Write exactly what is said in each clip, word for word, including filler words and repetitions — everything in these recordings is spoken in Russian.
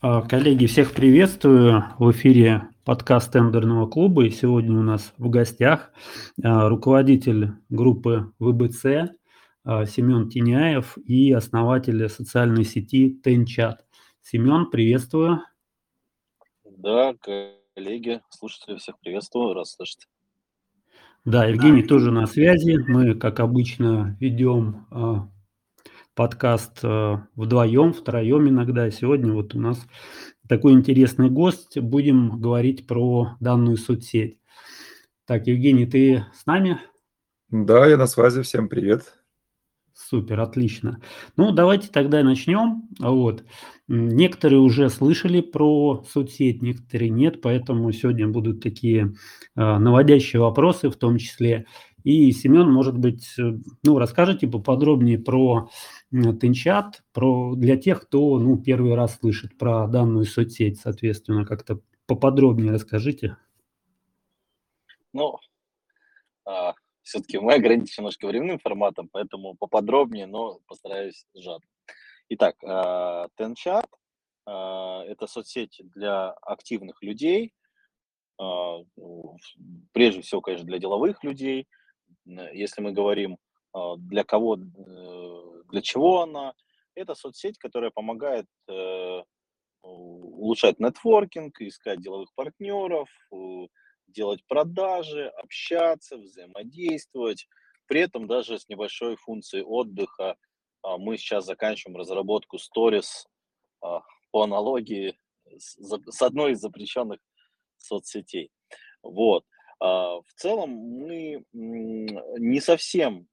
А, Коллеги, всех приветствую. В эфире подкаст тендерного клуба. И сегодня у нас в гостях а, руководитель группы вэ бэ цэ а, Семен Тиняев и основатель социальной сети TenChat. Семен, приветствую. Да, коллеги, слушатели, всех приветствую, рад слышать. Да, Евгений тоже на связи. Мы, как обычно, ведем а, подкаст а, вдвоем, втроем иногда. Сегодня вот у нас такой интересный гость. Будем говорить про данную соцсеть. Так, Евгений, ты с нами? Да, я на связи. Всем привет. Супер, отлично. Ну, давайте тогда начнем. Вот. М, Некоторые уже слышали про соцсеть, некоторые нет, поэтому сегодня будут такие а, наводящие вопросы в том числе. И, Семен, может быть, э, ну, расскажите поподробнее про м, TenChat, про для тех, кто, ну, первый раз слышит про данную соцсеть, соответственно, как-то поподробнее расскажите. Ну, а, все-таки мы ограничены немножко временным форматом, поэтому поподробнее, но постараюсь сжато. Итак, а, TenChat а, это соцсеть для активных людей, а, ну, прежде всего, конечно, для деловых людей. Н- Если мы говорим, а, для кого, э, для чего она, это соцсеть, которая помогает э, улучшать нетворкинг, искать деловых партнеров, э, делать продажи, общаться, взаимодействовать. При этом даже с небольшой функцией отдыха а, мы сейчас заканчиваем разработку Stories а, по аналогии с, за- с одной из запрещенных соцсетей. Вот. А, В целом мы м, не совсем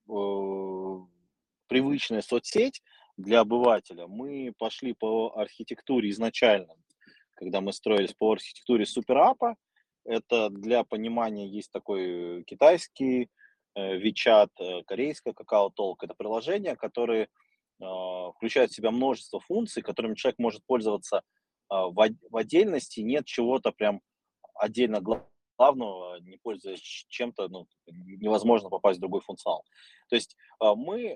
э, привычная соцсеть для обывателя. Мы пошли по архитектуре изначально, когда мы строились по архитектуре суперапа. Это для понимания есть такой китайский э, WeChat, э, корейское Kakao Talk. Это приложения, которые а, включают в себя множество функций, которыми человек может пользоваться а, в, от- в отдельности. Нет чего-то прям отдельно гла- главного, не пользуясь ч- чем-то, ну, невозможно попасть в другой функционал. То есть а, мы,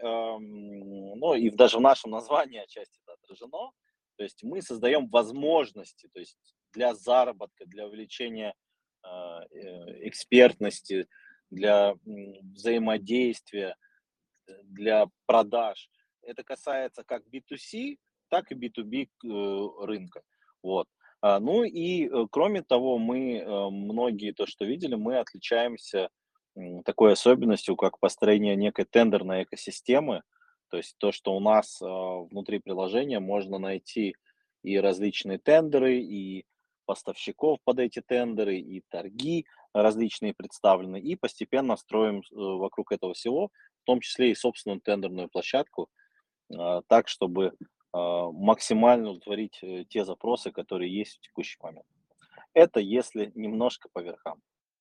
ам, ну и даже в нашем названии отчасти это отражено, то есть мы создаем возможности, то есть для заработка, для увеличения а, э, экспертности, для м, взаимодействия, э, для продаж. Это касается как би ту си, так и би ту би э, рынка. Вот. А, Ну и э, кроме того, мы э, многие то, что видели, мы отличаемся м, такой особенностью, как построение некой тендерной экосистемы. То есть то, что у нас э, внутри приложения можно найти и различные тендеры, и поставщиков под эти тендеры, и торги различные представлены, и постепенно строим э, вокруг этого всего, в том числе и собственную тендерную площадку, а, так, чтобы а, максимально удовлетворить э, те запросы, которые есть в текущий момент. Это если немножко по верхам.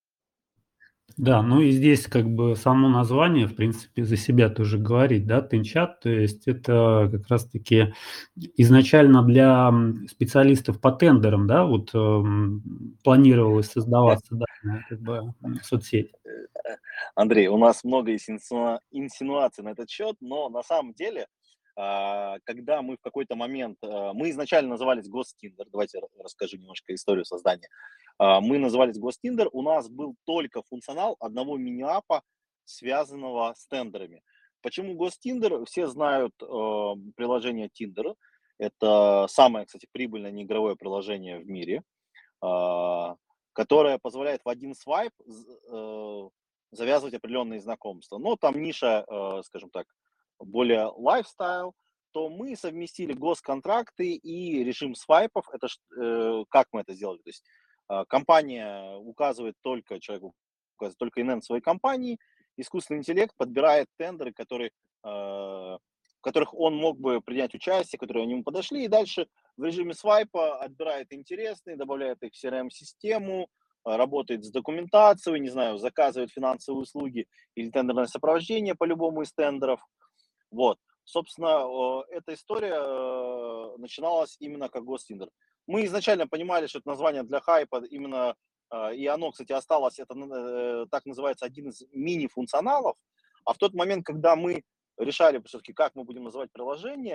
Да, ну и здесь как бы само название, в принципе, за себя тоже говорит, да, TenChat, то есть это как раз-таки изначально для м, специалистов по тендерам, да, вот эм, планировалось создаваться данная как бы м, соцсеть. Андрей, у нас много инсинуа- инсинуаций на этот счет, но на самом деле, а, когда мы в какой-то момент, а, мы изначально назывались Гостиндер, давайте ра- расскажу немножко историю создания. А, Мы назывались Гостиндер, у нас был только функционал одного мини-апа, связанного с тендерами. Почему Гостиндер? Все знают э, приложение Tinder. Это самое, кстати, прибыльное неигровое приложение в мире, а, которая позволяет в один свайп з- э, завязывать определенные знакомства. Но там ниша, э, скажем так, более лайфстайл, то мы совместили госконтракты и режим свайпов. Это ш- э, как мы это сделали? То есть э, компания указывает только, человек указывает только ин эн своей компании, искусственный интеллект подбирает тендеры, которые, э, в которых он мог бы принять участие, которые ему подошли, и дальше в режиме свайпа отбирает интересные, добавляет их в си ар эм-систему, а, работает с документацией, не знаю, заказывает финансовые услуги или тендерное сопровождение по любому из тендеров. Вот. Собственно, о, эта история э, начиналась именно как Гостиндер. Мы изначально понимали, что это название для хайпа именно, э, и оно, кстати, осталось, это э, так называется, один из мини-функционалов. А в тот момент, когда мы решали все-таки, как мы будем называть приложение,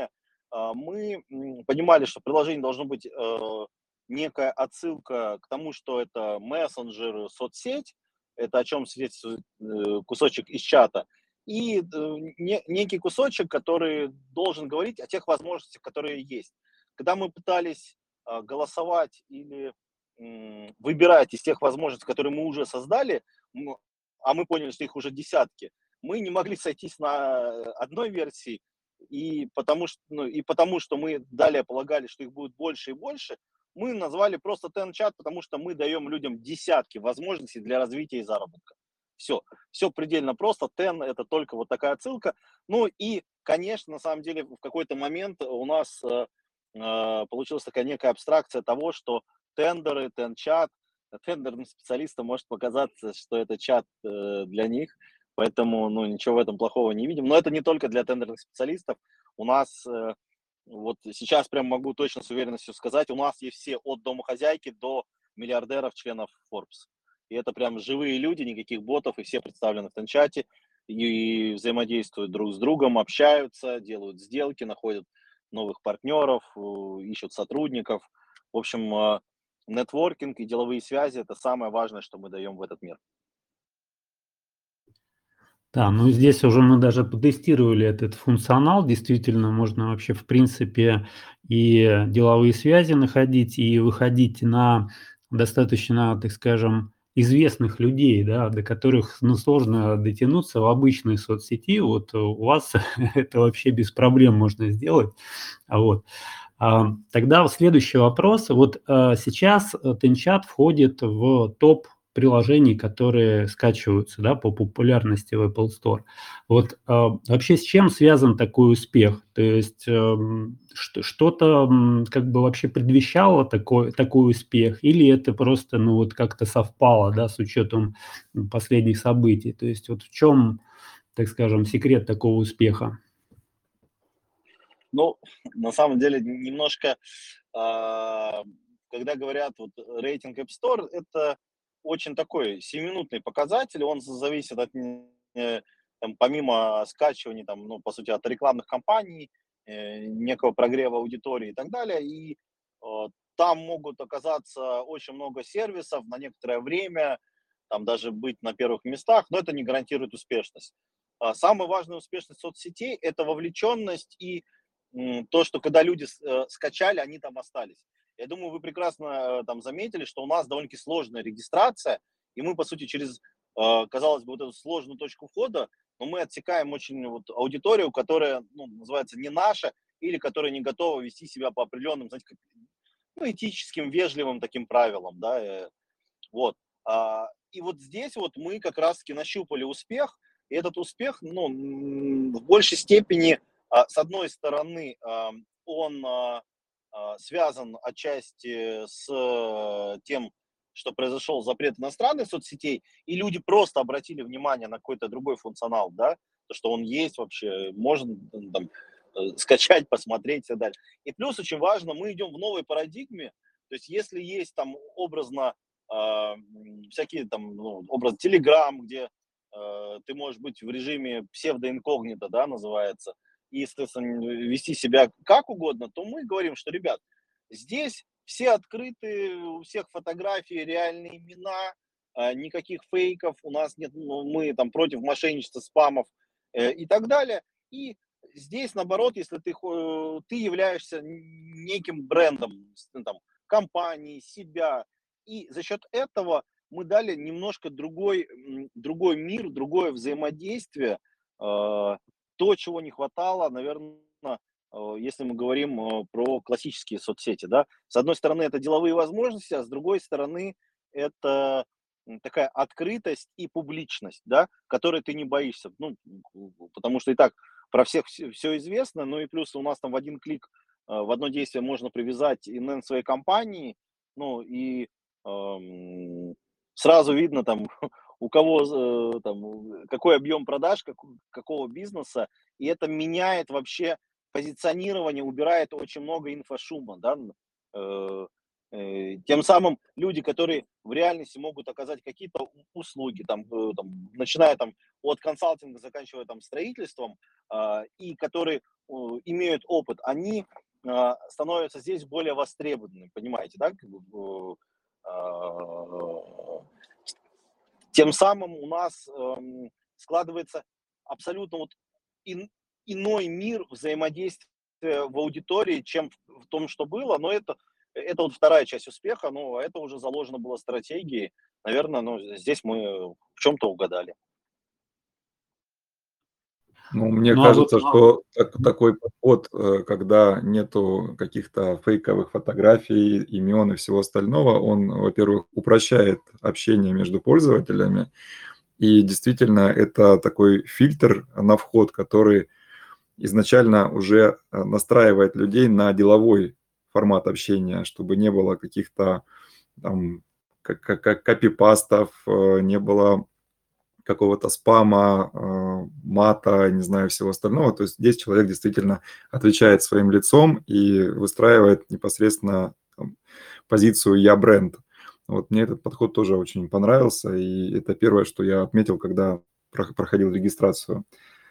а, мы м, понимали, что приложение должно быть э, некая отсылка к тому, что это мессенджер, соцсеть, это о чем свидетельствует э, кусочек из чата, и э, не- некий кусочек, который должен говорить о тех возможностях, которые есть. Когда мы пытались а, голосовать или м, выбирать из тех возможностей, которые мы уже создали, м, а мы поняли, что их уже десятки, мы не могли сойтись на одной версии, и потому что, ну, и потому что мы далее полагали, что их будет больше и больше, мы назвали просто TenChat, потому что мы даем людям десятки возможностей для развития и заработка. Все, все предельно просто. Ten– это только вот такая отсылка. Ну и, конечно, на самом деле в какой-то момент у нас э, э, получилась такая некая абстракция того, что тендеры, TenChat, тендерным специалистам может показаться, что это чат э, для них, поэтому, ну, ничего в этом плохого не видим. Но это не только для тендерных специалистов. У нас э, вот сейчас прям могу точно с уверенностью сказать, у нас есть все от домохозяйки до миллиардеров, членов Forbes. И это прям живые люди, никаких ботов, и все представлены в Тенчате, и взаимодействуют друг с другом, общаются, делают сделки, находят новых партнеров, э, ищут сотрудников. В общем, э, нетворкинг и деловые связи– это самое важное, что мы даем в этот мир. Да, ну здесь уже мы даже потестировали этот функционал. Действительно, можно вообще, в принципе, и деловые связи находить, и выходить на достаточно, так скажем, известных людей, да, до которых, ну, сложно дотянуться в обычной соцсети. Вот у вас это вообще без проблем можно сделать. А вот. А, Тогда вот следующий вопрос. Вот а, сейчас э, TenChat входит в топ приложений, которые скачиваются, да, по популярности в Apple Store. Вот а, вообще с чем связан такой успех? То есть эм, что- что-то м, как бы вообще предвещало такой, такой успех, или это просто, ну, вот как-то совпало, да, с учетом м, последних событий? То есть вот в чем, так скажем, секрет такого успеха? Ну, на самом деле, немножко, а, когда говорят вот рейтинг App Store, это очень такой сиюминутный показатель, он з- зависит от, м, э, там, помимо скачивания, там, ну, по сути, от рекламных кампаний, э, некого прогрева аудитории и так далее, и э, там могут оказаться очень много сервисов на некоторое время, там даже быть на первых местах, но это не гарантирует успешность. А самая важная успешность соцсетей– это вовлеченность и м, то, что когда люди с- э, скачали, они там остались. Я думаю, вы прекрасно э, там заметили, что у нас довольно-таки сложная регистрация, и мы, по сути, через, э, казалось бы, вот эту сложную точку входа, но мы отсекаем очень вот аудиторию, которая, ну, называется, не наша, или которая не готова вести себя по определенным, знаете, как, ну, этическим, вежливым таким правилам, да, э, вот. А, и вот здесь вот мы как раз-таки нащупали успех, и этот успех, ну, м, в большей степени, а, с одной стороны, ам, он а, а, связан отчасти с э, тем, что произошел запрет иностранных соцсетей, и люди просто обратили внимание на какой-то другой функционал, да, то, что он есть вообще, можно м, там, э, скачать, посмотреть и так далее. И плюс очень важно, мы идем в новой парадигме, то есть если есть там образно а, всякие там, ну, образ Telegram, где э, ты можешь быть в режиме псевдоинкогнито, да, называется, и, соответственно, вести себя как угодно, то мы говорим, что, ребят, здесь все открыты, у всех фотографии, реальные имена, а, никаких фейков, у нас нет, ну, мы там против мошенничества, спамов э, и так далее. И здесь, наоборот, если ты, хо- ты являешься неким брендом, с- ну, там, компании, себя, и за счет этого мы дали немножко другой, м, другой мир, другое взаимодействие, э, то, чего не хватало, наверное, если мы говорим э, про классические соцсети, да. С одной стороны, это деловые возможности, а с другой стороны, это м, такая открытость и публичность, да, которой ты не боишься, ну, потому что и так про всех все, известно, ну и плюс у нас там в один клик, э, в одно действие можно привязать ин эн своей компании, ну и Ам, сразу видно там, у кого, э, там, какой объем продаж, как какого бизнеса, и это меняет вообще позиционирование, убирает очень много инфошума, да. Н э, Э, тем самым люди, которые в реальности могут оказать какие-то у- услуги, там, э, там, начиная там, от консалтинга, заканчивая там, строительством, а, и которые э, имеют опыт, они а, становятся здесь более востребованными, понимаете, да? Как бы, э, а, Тем самым у нас эм, складывается абсолютно вот ин- иной мир взаимодействия в аудитории, чем в, в том, что было. Но это, это вот вторая часть успеха, но это уже заложено было стратегией. Наверное, ну, здесь мы в чем-то угадали. Ну, мне Ну, а вот кажется, что так- такой подход, э, когда нету каких-то фейковых фотографий, имен и всего остального, он, во-первых, упрощает общение между пользователями. И действительно, это такой фильтр на вход, который изначально уже э, настраивает людей на деловой формат общения, чтобы не было каких-то там как, как, как копипастов, э, не было какого-то спама, э, мата, не знаю, всего остального. То есть здесь человек действительно отвечает своим лицом и выстраивает непосредственно там, позицию «я бренд». Вот мне этот подход тоже очень понравился, и это первое, что я отметил, когда про- проходил регистрацию.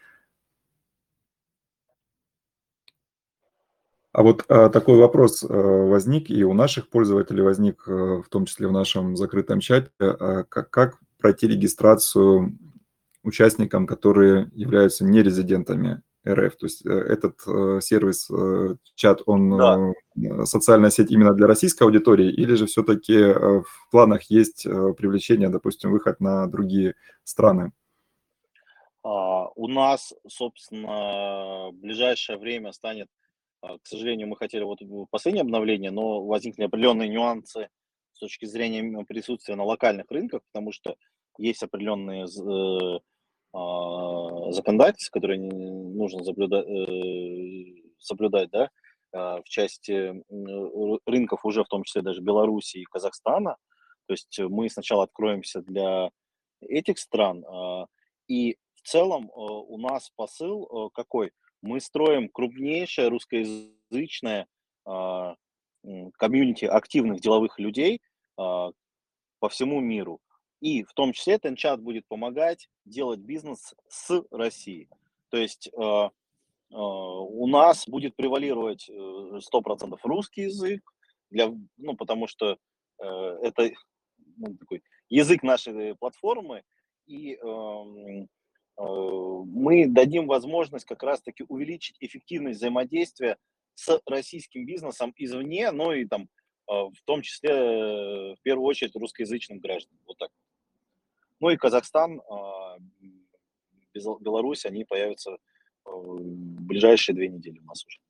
А вот а, такой вопрос э, возник, и у наших пользователей возник, э, в том числе в нашем закрытом чате, а как, как пройти регистрацию участникам, которые являются нерезидентами эр эф. То есть э, этот э, сервис, э, чат, Да. он э, социальная сеть именно для российской аудитории, или же все-таки в планах есть э, привлечение, допустим, выход на другие страны? А, у нас, собственно, в ближайшее время станет, а, к сожалению, мы хотели вот в последнее обновление, но возникли определенные нюансы с точки зрения именно присутствия на локальных рынках, потому что есть определенные з- э, а, законодательства, которые н- нужно соблюдать, соблюдать, да, а, в части м, ры- рынков уже, в том числе даже Беларуси и Казахстана. То есть э, мы сначала откроемся для этих стран, а, и в целом э, у нас посыл э, какой? Мы строим крупнейшее русскоязычное а, м, комьюнити активных деловых людей а, по всему миру. И в том числе Тенчат будет помогать делать бизнес с Россией. То есть э, э, у нас будет превалировать э, сто процентов русский язык, для, ну, потому что э, это ну, такой язык нашей платформы, и эм, э, мы дадим возможность как раз-таки увеличить эффективность взаимодействия с российским бизнесом извне, ну и там э, в том числе, э, в первую очередь, русскоязычным гражданам. Вот так. Ну и Казахстан, а, м, Безо- Беларусь, они появятся э, в ближайшие две недели у нас уже.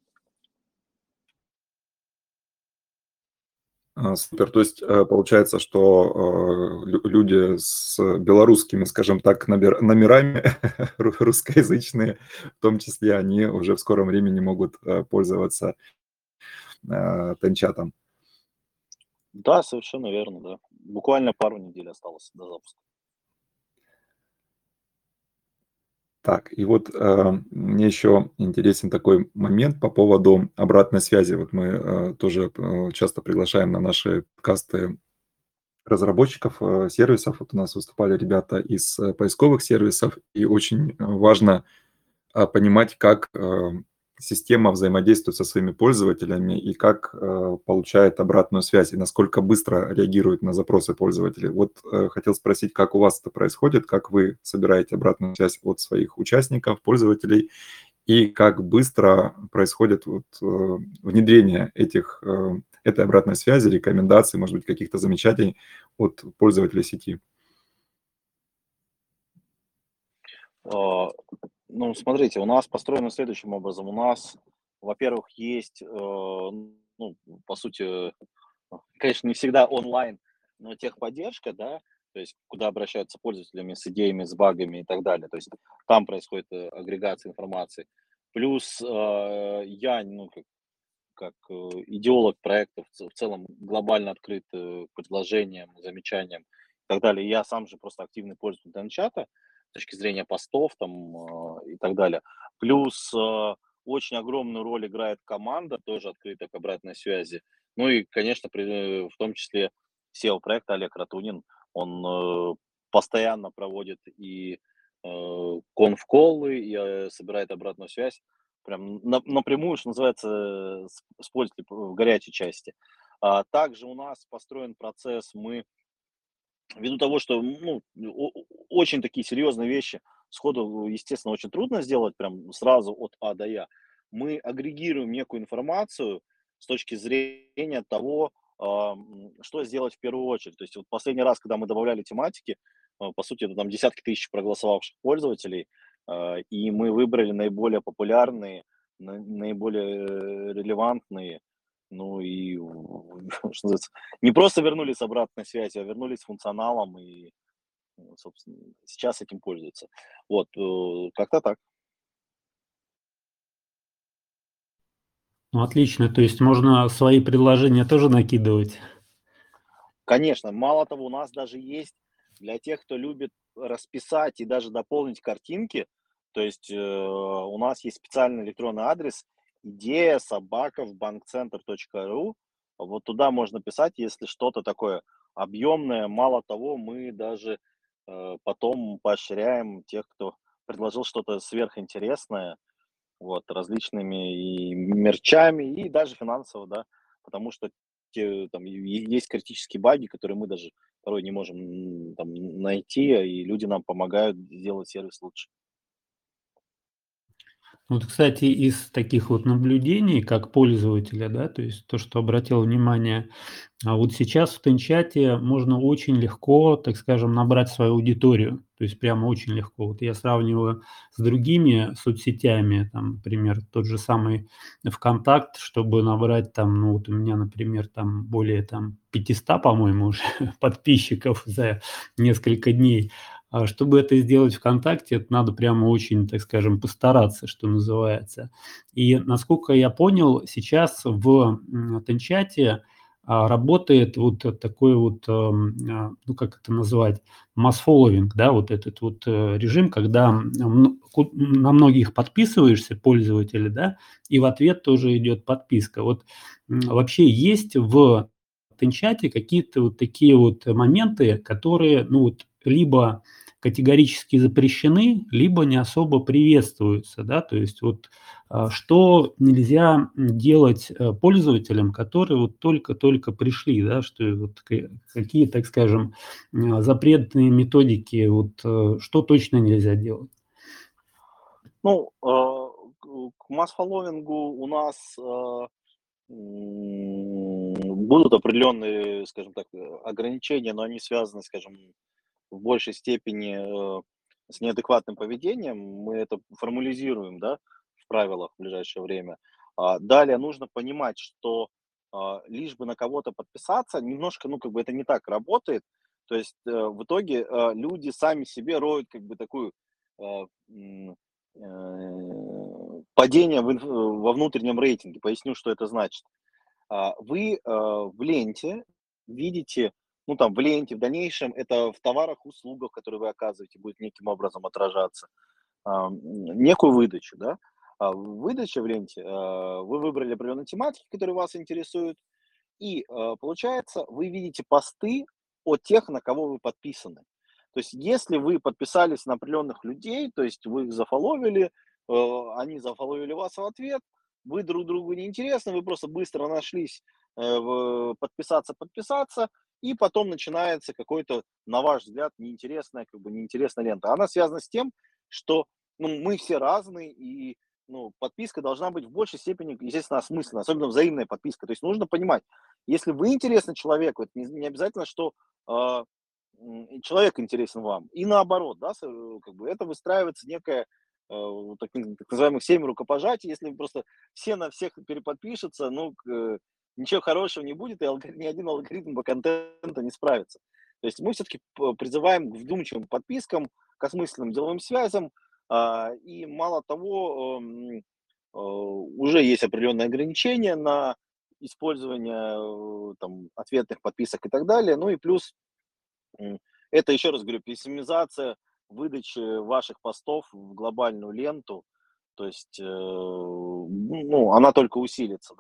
А, Супер. То есть э, получается, что э, лю- люди с белорусскими, скажем так, номер- номерами ру- русскоязычные, в том числе, они уже в скором времени могут э, пользоваться э, Тенчатом. Да, совершенно верно, да. Буквально пару недель осталось до запуска. Так, и вот э, мне еще интересен такой момент по поводу обратной связи. Вот мы э, тоже э, часто приглашаем на наши подкасты разработчиков э, сервисов. Вот у нас выступали ребята из э, поисковых сервисов, и очень э, важно а, понимать, как э, система взаимодействует со своими пользователями и как э, получает обратную связь, и насколько быстро реагирует на запросы пользователей. Вот э, хотел спросить, как у вас это происходит, как вы собираете обратную связь от своих участников, пользователей, и как быстро происходит вот, э, внедрение этих, э, этой обратной связи, рекомендаций, может быть, каких-то замечаний от пользователей сети. А, Ну, смотрите, у нас построено следующим образом. У нас, во-первых, есть, э, ну, по сути, конечно, не всегда онлайн, но техподдержка, да, то есть куда обращаются пользователями с идеями, с багами и так далее. То есть там происходит э, агрегация информации. Плюс э, я, ну, как, как э, идеолог проектов, в ц- в целом глобально открыт э, к предложениям, замечаниям и так далее. Я сам же просто активный пользователь Тенчата с точки зрения постов там э, и так далее. Плюс э, очень огромную роль играет команда, тоже открытая к обратной связи. Ну и, конечно, при в том числе сео проекта Олег Ратунин, он, э, постоянно проводит и, э, конф-коллы, и, э, собирает обратную связь. Прям на напрямую, что называется, с с пользователей в горячей части. А также у нас построен процесс, мы ввиду того, что, ну, о о очень такие серьезные вещи сходу, естественно, очень трудно сделать прям сразу от А до Я. Мы агрегируем некую информацию с точки зрения того, ам, что сделать в первую очередь. То есть вот последний раз, когда мы добавляли тематики, э, по сути, это там десятки тысяч проголосовавших пользователей, а, и мы выбрали наиболее популярные, на наиболее э, релевантные, ну и, что называется, не просто вернули с обратной связью, а вернулись с функционалом и, ну, собственно, сейчас этим пользуются. Вот, э, как-то так. Ну, отлично, то есть можно свои предложения тоже накидывать? Конечно, мало того, у нас даже есть для тех, кто любит расписать и даже дополнить картинки. То есть, э, у нас есть специальный электронный адрес идея собака в банкцентр точка ру. Вот туда можно писать, если что-то такое объемное. Мало того, мы даже, э, потом поощряем тех, кто предложил что-то сверхинтересное, вот, различными и мерчами, и даже финансово, да. Потому что те там е есть критические баги, которые мы даже порой не можем, м, там найти, а и люди нам помогают сделать сервис лучше. Вот, кстати, из таких вот наблюдений, как пользователя, да, то есть то, что обратил внимание, а вот сейчас в Тенчате можно очень легко, так скажем, набрать свою аудиторию. То есть прямо очень легко. Вот я сравниваю с другими соцсетями, там, например, тот же самый ВКонтакт, чтобы набрать там, ну вот у меня, например, там более там пятисот, по-моему, уже подписчиков за несколько дней. А чтобы это сделать ВКонтакте, это надо прямо очень, так скажем, постараться, что называется. И насколько я понял, сейчас в м, Тенчате а, работает вот э, такой вот, ам, а, ну как это назвать, масс-фолловинг, да, вот этот вот э, режим, когда м, м, ку- на многих подписываешься, пользователи, да, и в ответ тоже идет подписка. Вот м, вообще есть в Тенчате какие-то вот такие вот моменты, которые, ну вот, либо категорически запрещены, либо не особо приветствуются, да, то есть вот а, что нельзя делать э, пользователям, которые вот только-только пришли, да, что вот ка- какие, так скажем, а, запретные методики, вот э, что точно нельзя делать. Ну, а, к к масс-фолловингу у нас, а, м, будут определенные, скажем так, э, ограничения, но они связаны, скажем, в большей степени, э, с неадекватным поведением. Мы это формализируем, да, в правилах в ближайшее время. А, далее нужно понимать, что, а, лишь бы на кого-то подписаться, немножко, ну, как бы это не так работает. То есть, э, в итоге, э, люди сами себе роют как бы такую, а, м, э, падение в инф во внутреннем рейтинге. Поясню, что это значит. А, вы, э, в ленте видите, ну, там, в ленте, в дальнейшем это в товарах, услугах, которые вы оказываете, будет неким образом отражаться, ам, некую выдачу, да. А в выдаче в ленте, а, вы выбрали определенные тематики, которые вас интересуют, и, э, получается, вы видите посты от тех, на кого вы подписаны. То есть, если вы подписались на определенных людей, то есть вы их зафоловили, э, они зафоловили вас в ответ, вы друг другу не интересны, вы просто быстро нашлись, э, в подписаться, подписаться, и потом начинается какой-то, на ваш взгляд, неинтересная, как бы неинтересная лента. Она связана с тем, что, ну, мы все разные, и, ну, подписка должна быть в большей степени, естественно, осмысленна, особенно взаимная подписка. То есть нужно понимать, если вы интересны человеку, это не, не обязательно, что а, м, человек интересен вам. И наоборот, да, с- э, как бы это выстраивается некая, э, вот так, так называемых семь рукопожатий. Если просто все на всех переподпишутся, ну, к- э, ничего хорошего не будет, и алгори- ни один алгоритм по контенту не справится. То есть мы все-таки призываем к вдумчивым подпискам, к осмысленным деловым связям, а, и мало того, эм, э, уже есть определенные ограничения на использование, э, там, ответных подписок и так далее. Ну и плюс, м, это, еще раз говорю, пессимизация выдачи ваших постов в глобальную ленту. То есть, э, ну, она только усилится, да.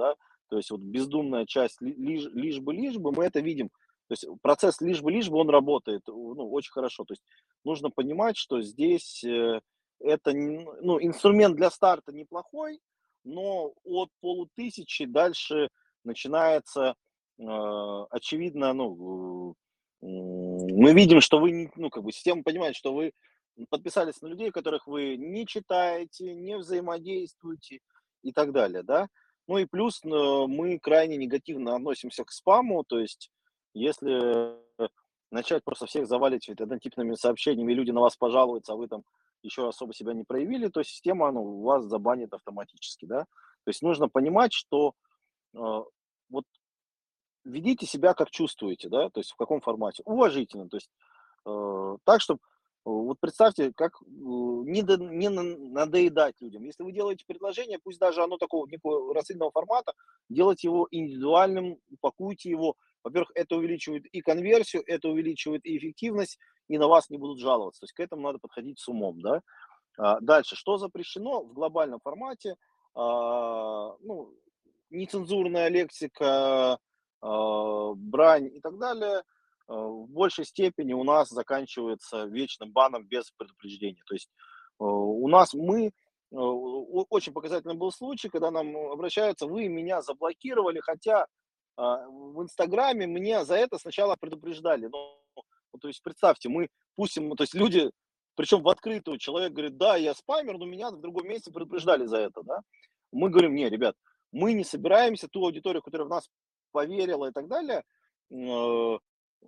то есть вот бездумная часть ли- лишь, лишь бы, лишь бы, мы это видим. То есть процесс лишь бы, лишь бы, он работает, ну, очень хорошо. То есть нужно понимать, что здесь э, это, не- ну, инструмент для старта неплохой, но от полутысячи дальше начинается, э, очевидно, ну, э, м, мы видим, что вы, не- ну, как бы система понимает, что вы подписались на людей, которых вы не читаете, не взаимодействуете и так далее, да. Ну и плюс э, мы крайне негативно относимся к спаму, то есть если начать просто всех заваливать вот однотипными сообщениями, и люди на вас пожалуются, а вы там еще особо себя не проявили, то система, ну, вас забанит автоматически, да. То есть нужно понимать, что э, вот ведите себя как чувствуете, да, то есть в каком формате. Уважительно, то есть э, так, чтобы вот представьте, как э, не, до- не на- надоедать людям. Если вы делаете предложение, пусть даже оно такого некого рассыльного формата, делайте его индивидуальным, упакуйте его. Во-первых, это увеличивает и конверсию, это увеличивает и эффективность, и на вас не будут жаловаться. То есть к этому надо подходить с умом, да. А, дальше, что запрещено в глобальном формате? А, ну, нецензурная лексика, а, брань и так далее, а, в большей степени у нас заканчивается вечным баном без предупреждения. То есть а, у нас мы, а, о- очень показательный был случай, когда нам обращаются, вы меня заблокировали, хотя а, в Инстаграме мне за это сначала предупреждали. Ну, ну, то есть представьте, мы пустим, ну, то есть люди, причем в открытую, человек говорит, да, я спамер, но меня в другом месте предупреждали за это, да. Мы говорим, не, ребят, мы не собираемся ту аудиторию, которая в нас поверила и так далее, э,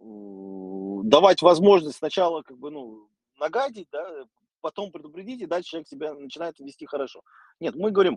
у, давать возможность сначала как бы, ну, нагадить, да, потом предупредить, и дальше человек себя начинает вести хорошо. Нет, мы говорим,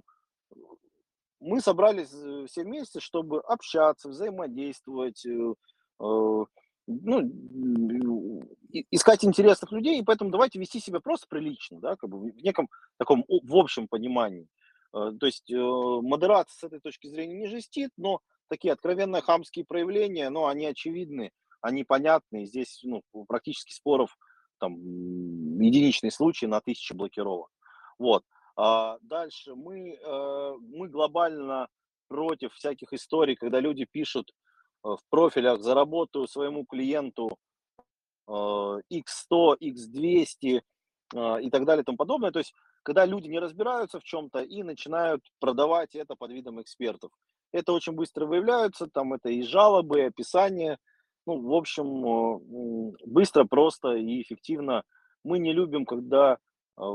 мы собрались э, все вместе, чтобы общаться, взаимодействовать, э, э, ну, м, и- искать интересных людей, и поэтому давайте вести себя просто прилично, да, как бы в в неком таком о- в общем понимании. Э, То есть э, модерация с этой точки зрения не жестит, но такие откровенно хамские проявления, ну, они очевидны, они понятны, и здесь, ну, практически споров, там, м, единичный случай на тысячи блокировок. Вот. А, дальше мы, э, мы глобально против всяких историй, когда люди пишут э, в профилях «заработаю своему клиенту э, икс сто, икс двести» э, и так далее и тому подобное. То есть, когда люди не разбираются в чем-то и начинают продавать это под видом экспертов. Это очень быстро выявляются, там это и жалобы, и описания. Ну, в общем, э, м, быстро, просто и эффективно. Мы не любим, когда а,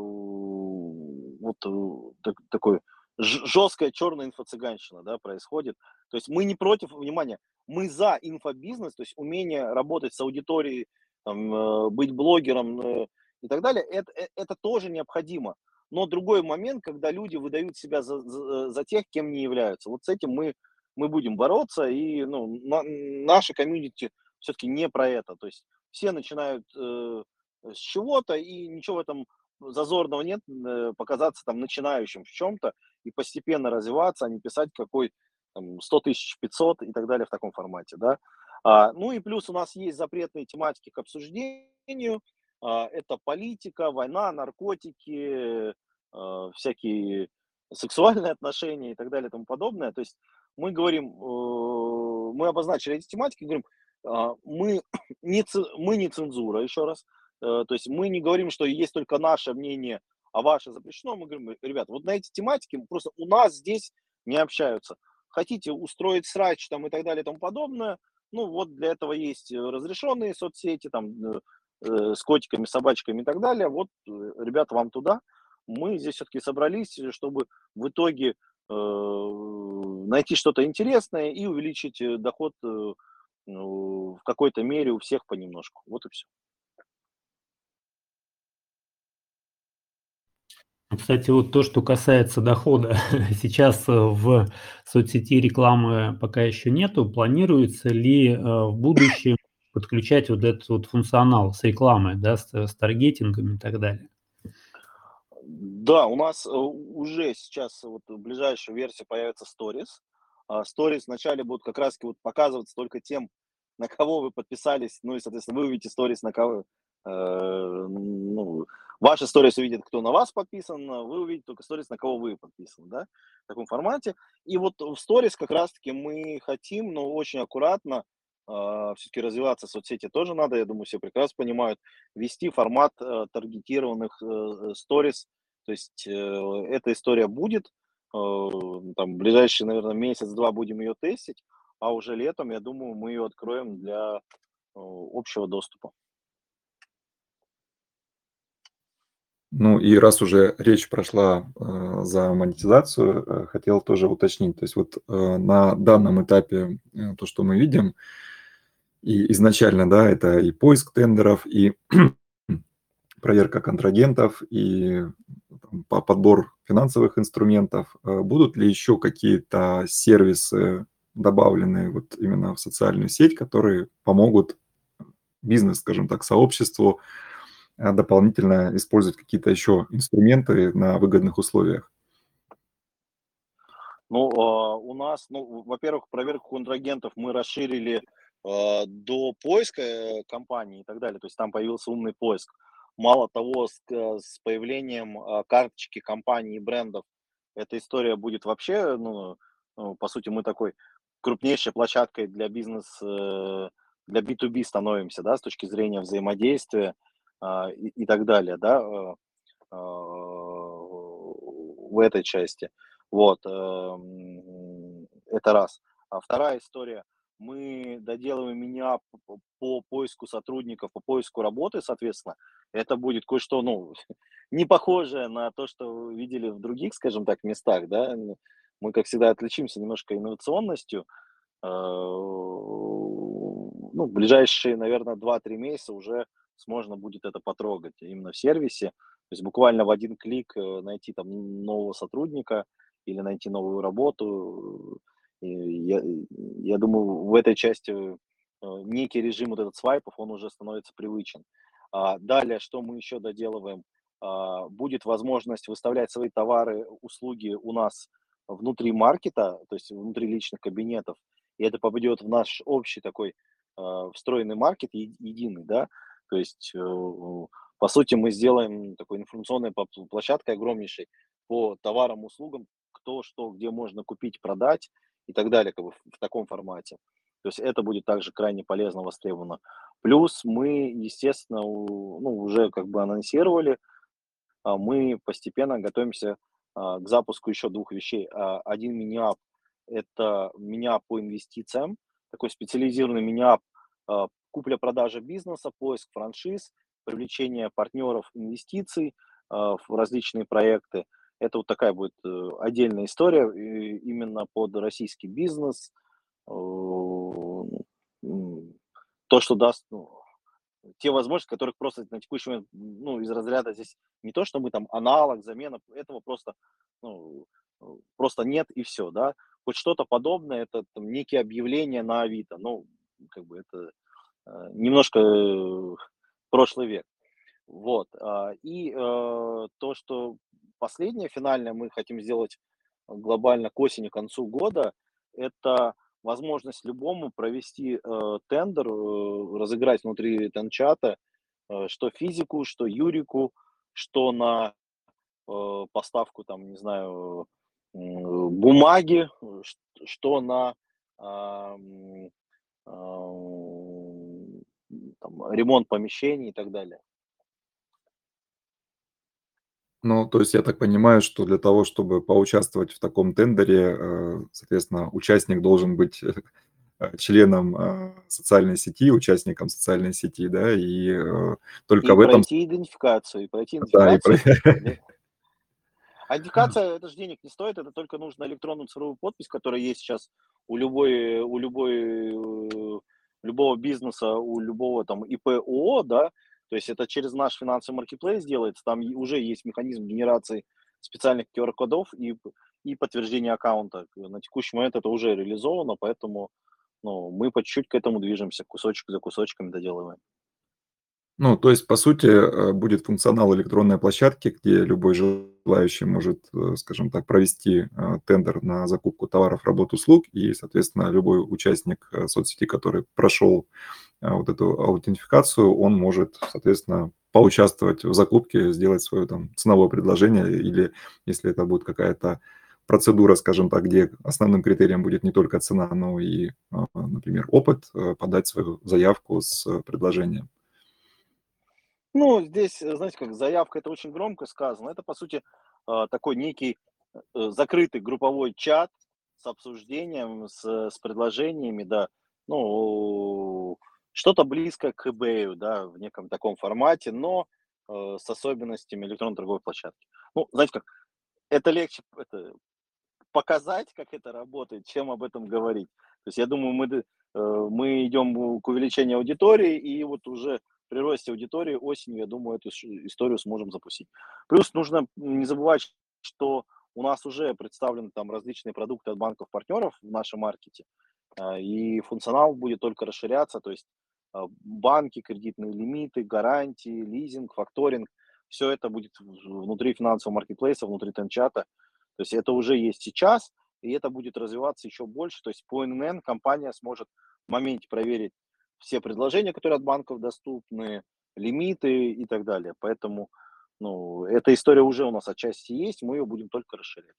у, вот э, так- такой жесткая черная инфо-цыганщина, да, происходит. То есть мы не против, внимания, мы за инфобизнес, то есть умение работать с аудиторией, там, э, быть блогером э, и так далее, это, э, это тоже необходимо. Но другой момент, когда люди выдают себя за, за, за тех, кем не являются. Вот с этим мы, мы будем бороться, и ну, на, наша комьюнити все-таки не про это. То есть все начинают э, с чего-то, и ничего в этом зазорного нет, э, показаться там начинающим в чем-то и постепенно развиваться, а не писать какой там, сто тысяч пятьсот и так далее в таком формате, да. А, ну и плюс у нас есть запретные тематики к обсуждению, а, это политика, война, наркотики, э, всякие сексуальные отношения и так далее и тому подобное. То есть мы говорим, э, мы обозначили эти тематики, говорим, а, мы не, ц- мы не цензура, еще раз. Э, То есть мы не говорим, что есть только наше мнение, а ваше запрещено. Мы говорим, ребят, вот на эти тематики просто у нас здесь не общаются. Хотите устроить срач там и так далее и тому подобное, ну вот для этого есть э, разрешенные соцсети, там э, э, с котиками, собачками и так далее. Вот, э, ребята, вам туда. Мы здесь все-таки собрались, э, чтобы в итоге э, найти что-то интересное и увеличить э, доход э, ну, в какой-то мере у всех понемножку. Вот и все. Ну, кстати, вот то, что касается дохода, сейчас э, в соцсети рекламы пока еще нету. Планируется ли э, в будущем подключать вот этот вот функционал с рекламой, да, с, с таргетингом и так далее? Да, у нас э, уже сейчас вот в ближайшей версии появится Stories. А, Stories вначале будут как раз вот показываться только тем, на кого вы подписались, ну и, соответственно, вы увидите Stories, на кого, э, ну, ваши сторис увидят, кто на вас подписан, вы увидите только сторис, на кого вы подписаны, да, в таком формате. И вот в сторис как раз-таки мы хотим, но очень аккуратно, э, все-таки развиваться в соцсети тоже надо, я думаю, все прекрасно понимают, вести формат э, таргетированных э, сторис, то есть э, эта история будет, э, там, в ближайшие, наверное, месяц-два будем ее тестить, а уже летом, я думаю, мы ее откроем для э, общего доступа. Ну и раз уже речь прошла э, за монетизацию, э, хотел тоже уточнить. То есть вот э, на данном этапе э, то, что мы видим, и изначально, да, это и поиск тендеров, и проверка контрагентов, и там, по- подбор финансовых инструментов. Э, Будут ли еще какие-то сервисы добавлены вот именно в социальную сеть, которые помогут бизнес, скажем так, сообществу а, дополнительно использовать какие-то еще инструменты на выгодных условиях? Ну, а, у нас, ну, во-первых, проверку контрагентов мы расширили а, до поиска э, компаний и так далее. То есть там появился умный поиск. Мало того, с, к- с появлением а, карточки компаний и брендов эта история будет вообще, ну, ну, по сути, мы такой крупнейшей площадкой для бизнес, э, для би ту би становимся, да, с точки зрения взаимодействия а, и, и так далее, да. э, а, в этой части. Вот, эм, это раз. А вторая история. Мы доделываем меня по по поиску сотрудников, по поиску работы, соответственно. Это будет кое-что, ну, не похожее на то, что вы видели в других, скажем так, местах, да. Н Мы, как всегда, отличимся немножко инновационностью. Э, ну, в ближайшие, наверное, два-три месяца уже сможно будет это потрогать именно в сервисе. То есть буквально в один клик э, найти там нового сотрудника или найти новую работу. И я, я думаю, в этой части э, некий режим вот этот свайпов, он уже становится привычен. А, далее, что мы еще доделываем? А, будет возможность выставлять свои товары, услуги у нас внутри маркета, то есть внутри личных кабинетов, и это попадет в наш общий такой э, встроенный маркет е- единый, да, то есть э, по сути мы сделаем такой информационной пла- площадкой огромнейшей по товарам, услугам, кто что, где можно купить, продать и так далее, как бы в, в таком формате. То есть это будет также крайне полезно, востребовано. Плюс мы, естественно, у- ну, уже как бы анонсировали, а, мы постепенно готовимся а, к запуску еще двух вещей. А, Один мини-ап — это мини-ап по инвестициям, такой специализированный мини-ап, а, купля-продажа бизнеса, поиск франшиз, привлечение партнеров инвестиций а, в различные проекты. Это вот такая будет э, отдельная история и именно под российский бизнес. Э, м, То, что даст, ну, те возможности, которых просто на текущий момент, ну, из разряда здесь не то, что мы там аналог, замена, этого просто, ну, э, просто нет и все, да. Хоть что-то подобное, это там некие объявления на Авито, ну, как бы это э, немножко э, прошлый век. Вот. а, И э, то, что последнее, финальное мы хотим сделать глобально к осени, к концу года, это возможность любому провести э, тендер, э, разыграть внутри тенчата, э, что физику, что юрику, что на э, поставку, там, не знаю, м, бумаги, э, ш- что на а, м, ам, там, ремонт помещений и так далее. Ну, то есть я так понимаю, что для того, чтобы поучаствовать в таком тендере, э, соответственно, участник должен быть э, членом э, социальной сети, участником социальной сети, да, и э, только И в этом, пройти идентификацию, и пройти да, и про- идентификацию. Для- А идентификация это же денег не стоит, это только нужно электронную цифровую подпись, которая есть сейчас у любой, у любой, э, любого бизнеса, у любого там ИП ООО, да, то есть это через наш финансовый маркетплейс делается, там и уже есть механизм генерации специальных Q R-кодов и, п- и подтверждения аккаунта. На текущий момент это уже реализовано, поэтому ну, мы по чуть-чуть к этому движемся, кусочек за кусочком доделываем. ну, то есть, по сути, э, будет функционал электронной площадки, где любой желающий может, э, скажем так, провести э, тендер на закупку товаров, работ, услуг, и, соответственно, любой участник э, соцсети, который прошел а, вот эту аутентификацию, он может, соответственно, поучаствовать в закупке, сделать свое там ценовое предложение, или если это будет какая-то процедура, скажем так, где основным критерием будет не только цена, но и, а, например, опыт, э, подать свою заявку с э, предложением. Ну, здесь, э, знаете, как заявка, это очень громко сказано. Это, по сути, а, такой некий э, закрытый групповой чат с обсуждением, с, с предложениями, да. Ну, что-то близко к eBay, да, в неком таком формате, но э, с особенностями электронной торговой площадки. Ну, знаете как, это легче это, показать, как это работает, чем об этом говорить. То есть я думаю, мы, д- э, мы идем к увеличению аудитории, и вот уже при росте аудитории осенью, я думаю, эту ш- историю сможем запустить. Плюс нужно не забывать, что у нас уже представлены там различные продукты от банков-партнеров в нашем маркете, а, и функционал будет только расширяться, то есть а, банки, кредитные лимиты, гарантии, лизинг, факторинг, все это будет в- внутри финансового маркетплейса, внутри Тенчата. То есть это уже есть сейчас, и это будет развиваться еще больше. То есть по эн эн эн компания сможет в моменте проверить все предложения, которые от банков доступны, лимиты и так далее. Поэтому, ну, эта история уже у нас отчасти есть, мы ее будем только расширять.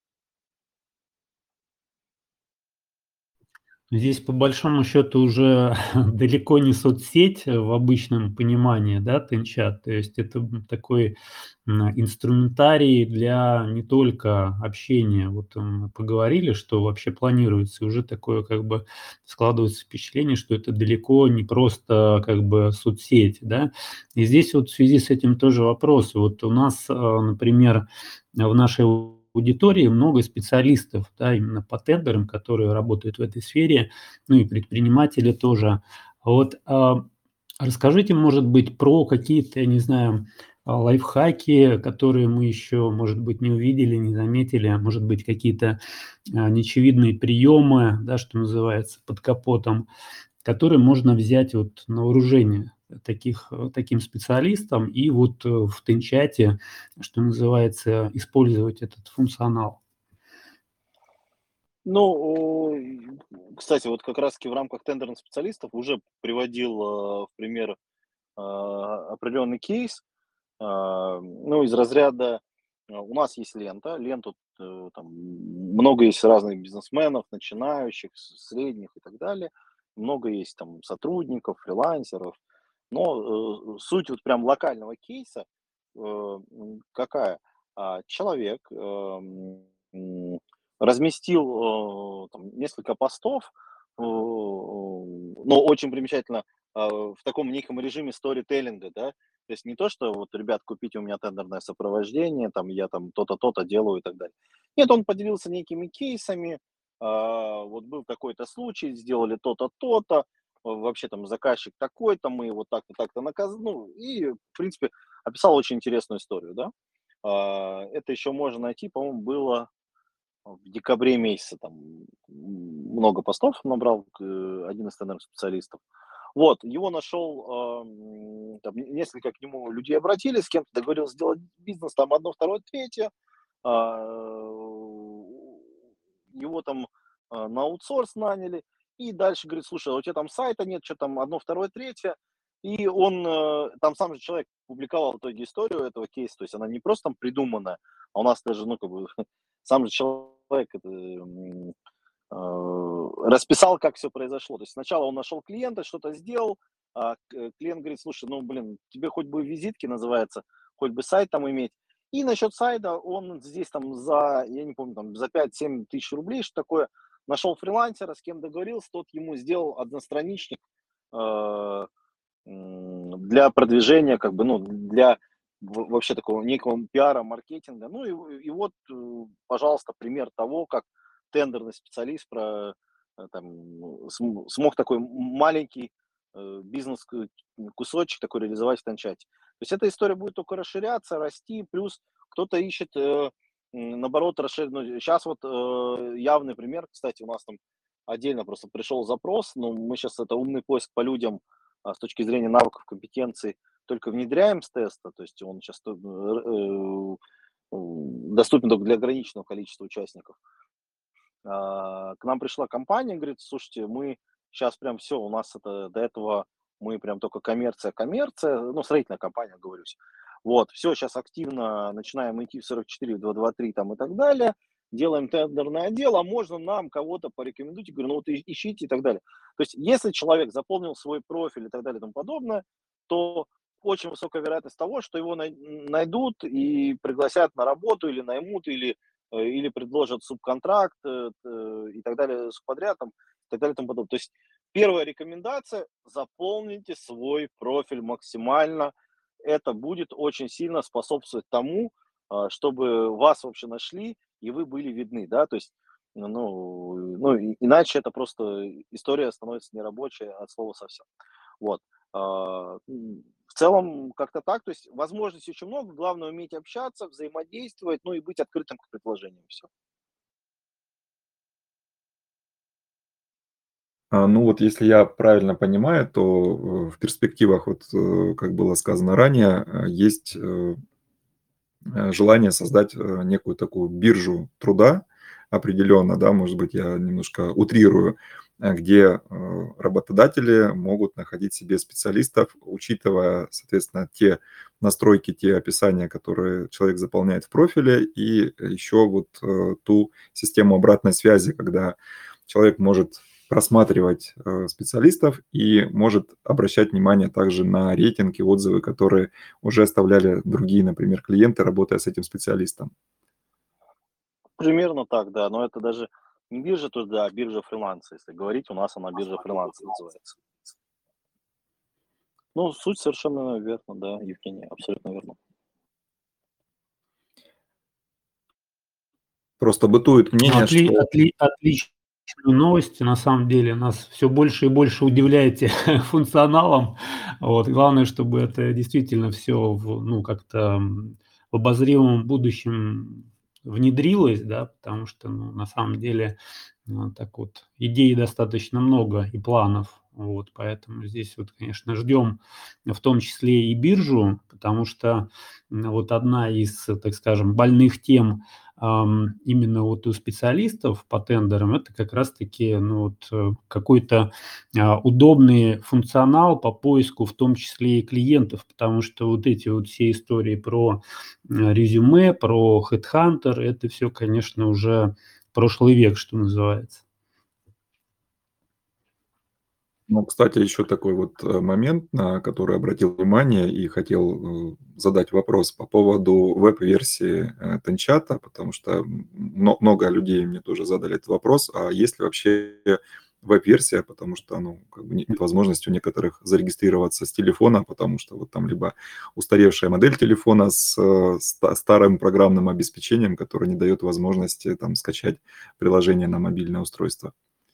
Здесь по большому счету уже далеко не соцсеть э, в обычном понимании, да, Тенчат. То есть это м, такой м, инструментарий для не только общения. Вот мы поговорили, что вообще планируется, и уже такое как бы складывается впечатление, что это далеко не просто как бы соцсеть, да. И здесь вот в связи с этим тоже вопрос. Вот у нас, э, например, в нашей аудитории много специалистов, да, именно по тендерам, которые работают в этой сфере, ну и предприниматели тоже. А Вот а, расскажите, может быть, про какие-то, я не знаю, а, лайфхаки, которые мы еще, может быть, не увидели, не заметили, а может быть, какие-то а, неочевидные приемы, да, что называется, под капотом, которые можно взять вот на вооружение таких, э, таким специалистам и вот э, в Тенчате, что называется, использовать этот функционал. Ну, о, и, кстати, вот как раз-таки в рамках тендерных специалистов уже приводил э, в пример а, определенный кейс, а, ну, из разряда, а, у нас есть лента, ленту э, там много есть разных бизнесменов, начинающих, с- средних и так далее, много есть там сотрудников, фрилансеров, но э, суть вот прям локального кейса э, м, какая? А, Человек э, м, разместил э, там несколько постов, э, но очень примечательно а, в таком неком режиме сторителлинга, да, то есть не то, что вот, ребят, купите у меня тендерное сопровождение, там я там то-то, то-то делаю и так далее. Нет, он поделился некими кейсами, а, вот был такой-то случай, сделали то-то, то-то, а, вообще там заказчик такой-то, мы его так-то, так-то наказали, ну, и, в принципе, описал очень интересную историю, да. А, Это еще можно найти, по-моему, было в декабре месяце, там м, много постов набрал э, один из тендерных специалистов. Вот, его нашел, а, м, там, не- несколько к нему людей обратились, с кем-то договорился сделать бизнес, там одно, второе, третье. А, Его там а, на аутсорс наняли, и дальше говорит, слушай, а у тебя там сайта нет, что там одно, второе, третье. И он, э, там сам же человек публиковал в итоге историю этого кейса, то есть она не просто там придуманная, а у нас даже, ну, как бы, сам же человек это, м, э, расписал, как все произошло. То есть сначала он нашел клиента, что-то сделал, а к- клиент говорит, слушай, ну, блин, тебе хоть бы визитки называется, хоть бы сайт там иметь. И насчет сайта он здесь там за, я не помню, там за пять-семь тысяч рублей, что такое, нашел фрилансера, с кем договорился, тот ему сделал одностраничник э, м, для продвижения, как бы, ну, для в- вообще такого некого пиара, маркетинга. Ну и, и вот, э, пожалуйста, пример того, как тендерный специалист про, э, там, ну, см- смог такой маленький э, бизнес ку- кусочек такой реализовать в Тенчате. То есть эта история будет только расширяться, расти, плюс кто-то ищет, э, м, наоборот, расширить. Ну, сейчас вот э, явный пример, кстати, у нас там отдельно просто пришел запрос, но мы сейчас это умный поиск по людям а, с точки зрения навыков, компетенций только внедряем с теста, то есть он сейчас доступен только для ограниченного количества участников. А, К нам пришла компания, говорит, слушайте, мы сейчас прям все, у нас это до этого мы прям только коммерция, коммерция, ну, строительная компания, оговорюсь. Вот, все, сейчас активно начинаем идти в сорок четыре, в два два три там и так далее, делаем тендерный отдел, а можно нам кого-то порекомендуйте, говорю, ну вот и- ищите и так далее. То есть, если человек заполнил свой профиль и так далее и тому подобное, то очень высокая вероятность того, что его най- найдут и пригласят на работу или наймут, или, э, или предложат субконтракт э, э, и так далее, субподряд там, и так далее и тому подобное. То есть первая рекомендация – заполните свой профиль максимально. Это будет очень сильно способствовать тому, а, чтобы вас вообще нашли и вы были видны, да, то есть, ну, ну, и- иначе это просто история становится нерабочая от слова совсем. Вот. А, м, В целом, как-то так. То есть возможностей очень много. Главное уметь общаться, взаимодействовать, ну и быть открытым к предложениям. Все. А, ну вот если я правильно понимаю, то, э, в перспективах, вот, э, как было сказано ранее, э, есть, э, э, желание создать, э, некую такую биржу труда определенно, да, может быть, я немножко утрирую, э, где, э, работодатели могут находить себе специалистов, учитывая, соответственно, те настройки, те описания, которые человек заполняет в профиле, и еще вот, э, ту систему обратной связи, когда человек может просматривать, э, специалистов и может обращать внимание также на рейтинги, отзывы, которые уже оставляли другие, например, клиенты, работая с этим специалистом. Примерно так, да. Но это даже не биржа труда, а биржа фриланса. Если говорить, у нас она биржа фриланса называется. Ну, суть совершенно верно, да, Евгений, абсолютно верно. Просто бытует мнение, Отли что отли отличные новости. На самом деле нас все больше и больше удивляете функционалом. Вот. Главное, чтобы это действительно все в ну, как-то, м, в обозримом будущем внедрилось, да, потому что, ну, на самом деле, ну, так вот идей достаточно много и планов. Вот. Поэтому здесь вот, конечно, ждем в том числе и биржу, потому что, м, вот одна из, так скажем, больных тем ам, именно вот у специалистов по тендерам, это как раз-таки, ну, вот, э, какой-то, а, удобный функционал по поиску, в том числе и клиентов. Потому что вот эти вот все истории про, м, резюме, про HeadHunter — это все, конечно, уже прошлый век, что называется. ну, кстати, еще такой вот, э, момент, на который обратил внимание и хотел, э, задать вопрос по поводу веб-версии, э, Тенчата, потому что, м, мно много людей мне тоже задали этот вопрос: а есть ли вообще веб-версия? Потому что, ну, как бы не нет возможности у некоторых зарегистрироваться с телефона, потому что вот там либо устаревшая модель телефона с, э, ста старым программным обеспечением, которое не дает возможности там скачать приложение на мобильное устройство.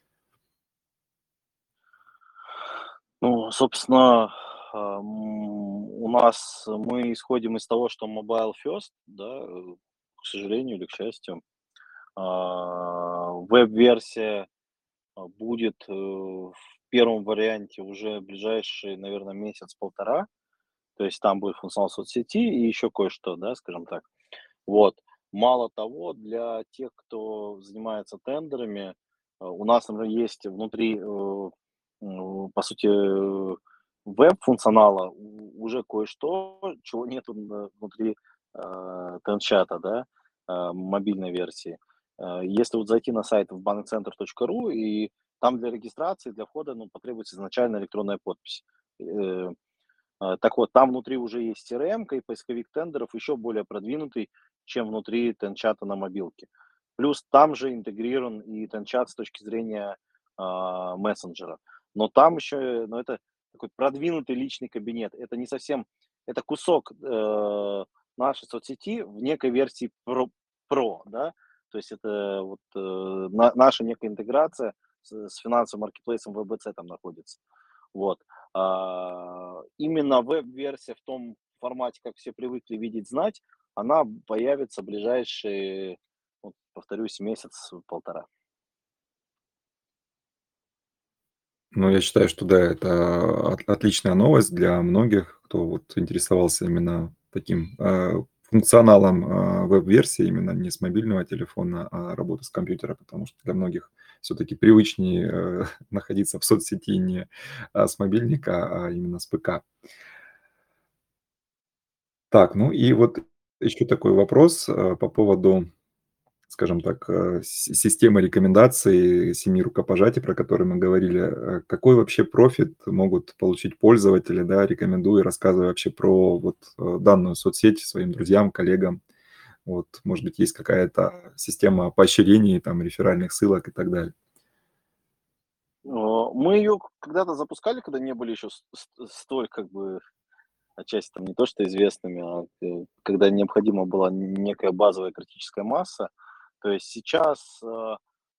Ну, собственно, ам, у нас мы исходим из того, что mobile first, да, э, к сожалению или к счастью. А, Веб-версия а, будет э, в первом варианте уже в ближайший, наверное, месяц-полтора. То есть там будет функционал соцсети и еще кое-что, да, скажем так. Вот. Мало того, для тех, кто занимается тендерами, э, у нас, например, есть внутри, э, м, по сути, э, веб-функционала у- уже кое-что, чего нету н- внутри э, Тенчата, да, э, мобильной версии. Э, Если вот зайти на сайт в банкцентр точка ру, и там для регистрации, для входа, ну, потребуется изначально электронная подпись. Э, а, Так вот, там внутри уже есть си эр эм и поисковик тендеров еще более продвинутый, чем внутри Тенчата на мобилке. Плюс там же интегрирован и Тенчат с точки зрения а, мессенджера. Но там еще, ну, это такой продвинутый личный кабинет. Это не совсем, это кусок э, нашей соцсети в некой версии про, про, да, то есть это вот э, на- наша некая интеграция с, с финансовым маркетплейсом вэ бэ цэ там находится. Вот. А, именно веб-версия в том формате, как все привыкли видеть, знать, она появится в ближайшие, вот, повторюсь, месяц-полтора. Ну, я считаю, что да, это от отличная новость для многих, кто вот интересовался именно таким, э, функционалом а, веб-версии, именно не с мобильного телефона, а работы с компьютера, потому что для многих все-таки привычнее э, находиться в соцсети не а, с мобильника, а именно с ПК. Так, ну и вот еще такой вопрос э, по поводу, скажем так, э, с- системы рекомендаций, семи рукопожатий, про которые мы говорили. Э, Какой вообще профит могут получить пользователи, да, рекомендуя, рассказывая вообще про вот э, данную соцсеть своим друзьям, коллегам? Вот, может быть, есть какая-то система поощрений, там, реферальных ссылок и так далее. Э, Мы ее когда-то запускали, когда не были еще с- с- столь, как бы, отчасти там не то что известными, а э, когда необходима была некая базовая критическая масса. То есть сейчас э,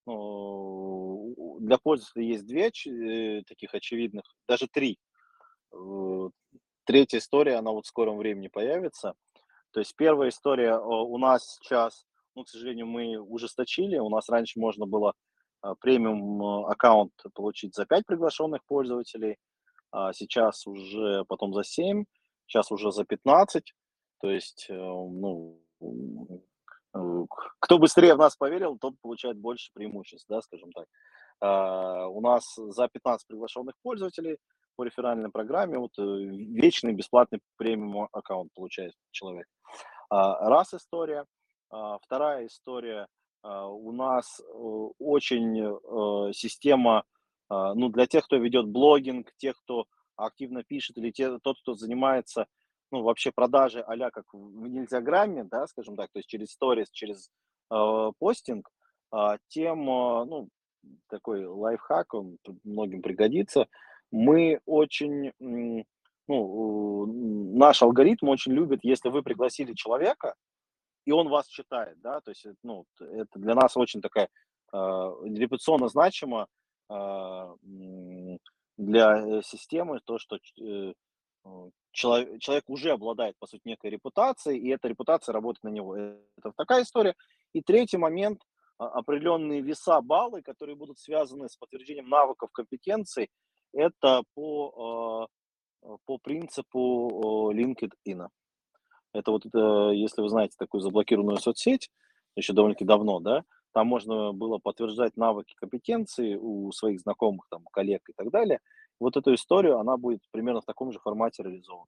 ну, у- для пользователя есть две оч- э, таких очевидных, даже три. Э, Третья история, она вот в скором времени появится. То есть первая история э, у нас сейчас, ну, к сожалению, мы ужесточили. У нас раньше можно было а, премиум э, аккаунт получить за пять приглашенных пользователей, а сейчас уже потом за семь, сейчас уже за пятнадцать. То есть, э, ну, м, э, кто быстрее в нас поверил, тот получает больше преимуществ, да, скажем так. А, У нас за пятнадцать приглашенных пользователей по реферальной программе вот э, вечный бесплатный премиум аккаунт получает человек. А, Раз история. А, Вторая история. а, У нас э, очень э, система, а, ну, для тех, кто ведет блогинг, тех, кто активно пишет, или те, тот, кто занимается, ну, вообще продажей а как в в Инстаграме, да, скажем так, то есть через сторис, через э, постинг, а, тем, а, ну, такой лайфхак, он п- многим пригодится. Мы очень, м, ну, э, наш алгоритм очень любит, если вы пригласили человека, и он вас читает, да, то есть, э, ну, т это для нас очень такая, а, репутационно значимо, а, м, для, э, системы то, что ч э, э, чело человек уже обладает, по сути, некой репутацией, и эта репутация работает на него. Э, Это такая история. И третий момент, а, определенные веса, баллы, которые будут связаны с подтверждением навыков, компетенций. Это по, а, э, по принципу, о, LinkedIn. Это вот, э, если вы знаете такую заблокированную соцсеть, еще довольно-таки давно, да, там можно было подтверждать навыки, компетенции у своих знакомых, там, коллег и так далее. Вот эту историю, она будет примерно в таком же формате реализована.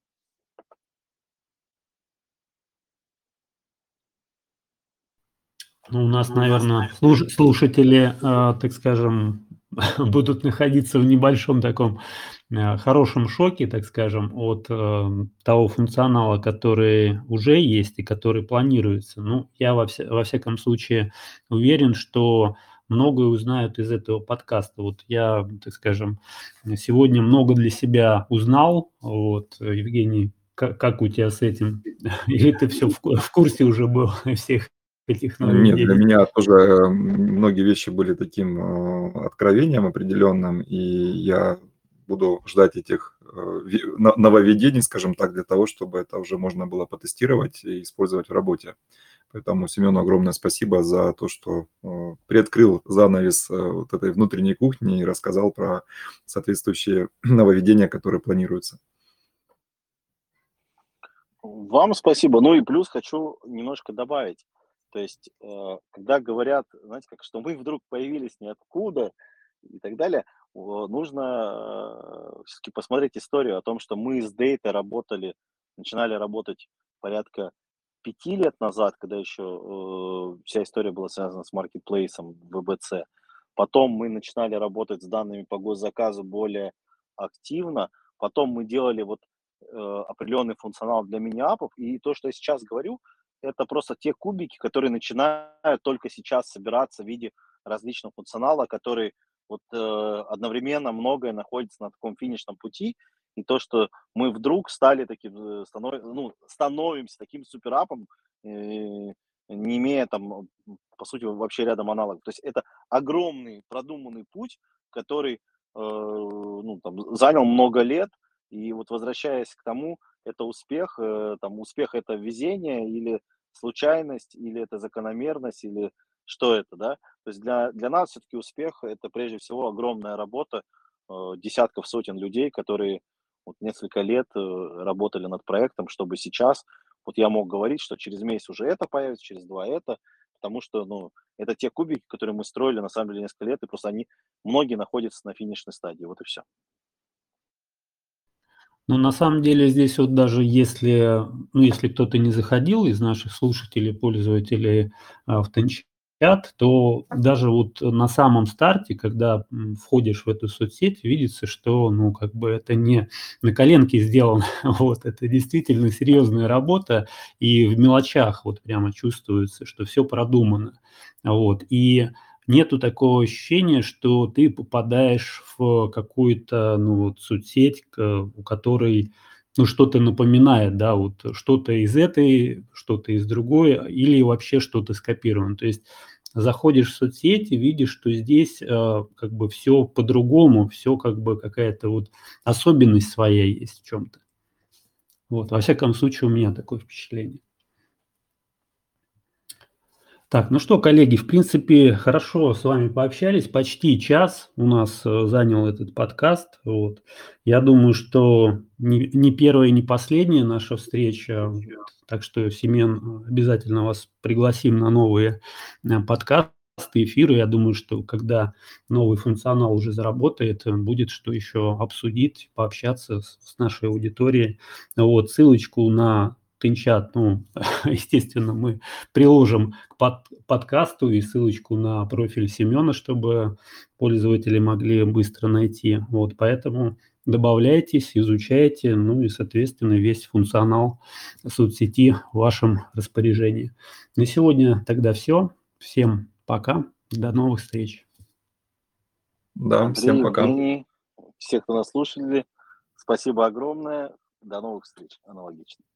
Ну, у нас, наверное, слушатели, э, так скажем, будут находиться в небольшом таком э, хорошем шоке, так скажем, от э, того функционала, который уже есть и который планируется. Ну, я во, вся- во всяком случае уверен, что многое узнают из этого подкаста. Вот я, так скажем, сегодня много для себя узнал. Вот, Евгений, как, как у тебя с этим? Или ты все в, ку- в курсе уже был всех этих Нет, для нововведений? меня тоже э, многие вещи были таким э, откровением определенным, и я буду ждать этих э, ви- но- нововведений, скажем так, для того, чтобы это уже можно было потестировать и использовать в работе. Поэтому Семену огромное спасибо за то, что э, приоткрыл занавес э, вот этой внутренней кухни и рассказал про соответствующие нововведения, которые планируются. Вам спасибо. Ну и плюс хочу немножко добавить. То есть, э, когда говорят, знаете, как, что мы вдруг появились ниоткуда и так далее, о, нужно все-таки посмотреть историю о том, что мы с Дейтой работали, начинали работать порядка пяти лет назад, когда еще э, вся история была связана с маркетплейсом вэ бэ цэ. Потом мы начинали работать с данными по госзаказу более активно. Потом мы делали вот э, определенный функционал для мини-апов. И то, что я сейчас говорю, это просто те кубики, которые начинают только сейчас собираться в виде различного функционала, который вот э, одновременно многое находится на таком финишном пути. И то, что мы вдруг стали таким, э, станов, ну, становимся таким суперапом, э, не имея там, м, по сути, вообще рядом аналогов. То есть это огромный продуманный путь, который э, ну, там, занял много лет. И вот возвращаясь к тому, это успех, э, там, успех это везение или случайность, или это закономерность, или что это, да? То есть для, для нас все-таки успех это прежде всего огромная работа э, десятков, сотен людей, которые вот несколько лет э, работали над проектом, чтобы сейчас Вот я мог говорить, что через месяц уже это появится, через два это, потому что, ну, это те кубики, которые мы строили на самом деле несколько лет, и просто они, многие находятся на финишной стадии, вот и все. Ну, на самом деле здесь вот даже если, ну, если кто-то не заходил из наших слушателей, пользователей а, в Тенчат, то даже вот на самом старте, когда м, входишь в эту соцсеть, видится, что, ну, как бы это не на коленке сделано, вот, это действительно серьезная работа, и в мелочах вот прямо чувствуется, что все продумано, вот, и нету такого ощущения, что ты попадаешь в какую-то, ну, вот соцсеть, к у которой, ну, что-то напоминает, да, вот что-то из этой, что-то из другой или вообще что-то скопировано. То есть заходишь в соцсети, видишь, что здесь, э, как бы все по-другому, все как бы какая-то вот особенность своя есть в чем то. Вот, во всяком случае, у меня такое впечатление. Так, ну что, коллеги, в принципе, хорошо с вами пообщались. Почти час у нас э, занял этот подкаст. Вот. Я думаю, что не, не первая и не последняя наша встреча. Вот. Так что, Семен, обязательно вас пригласим на новые э, подкасты, эфиры. Я думаю, что когда новый функционал уже заработает, э, будет что еще обсудить, пообщаться с, с нашей аудиторией. Вот, ссылочку на Тенчат, ну, естественно, мы приложим к под, подкасту и ссылочку на профиль Семена, чтобы пользователи могли быстро найти. Вот, поэтому добавляйтесь, изучайте, ну и, соответственно, весь функционал соцсети в вашем распоряжении. На сегодня тогда все. Всем пока. До новых встреч. Да, всем Андрей, пока. Евгений, все, кто нас слушали, спасибо огромное. До новых встреч. Аналогично.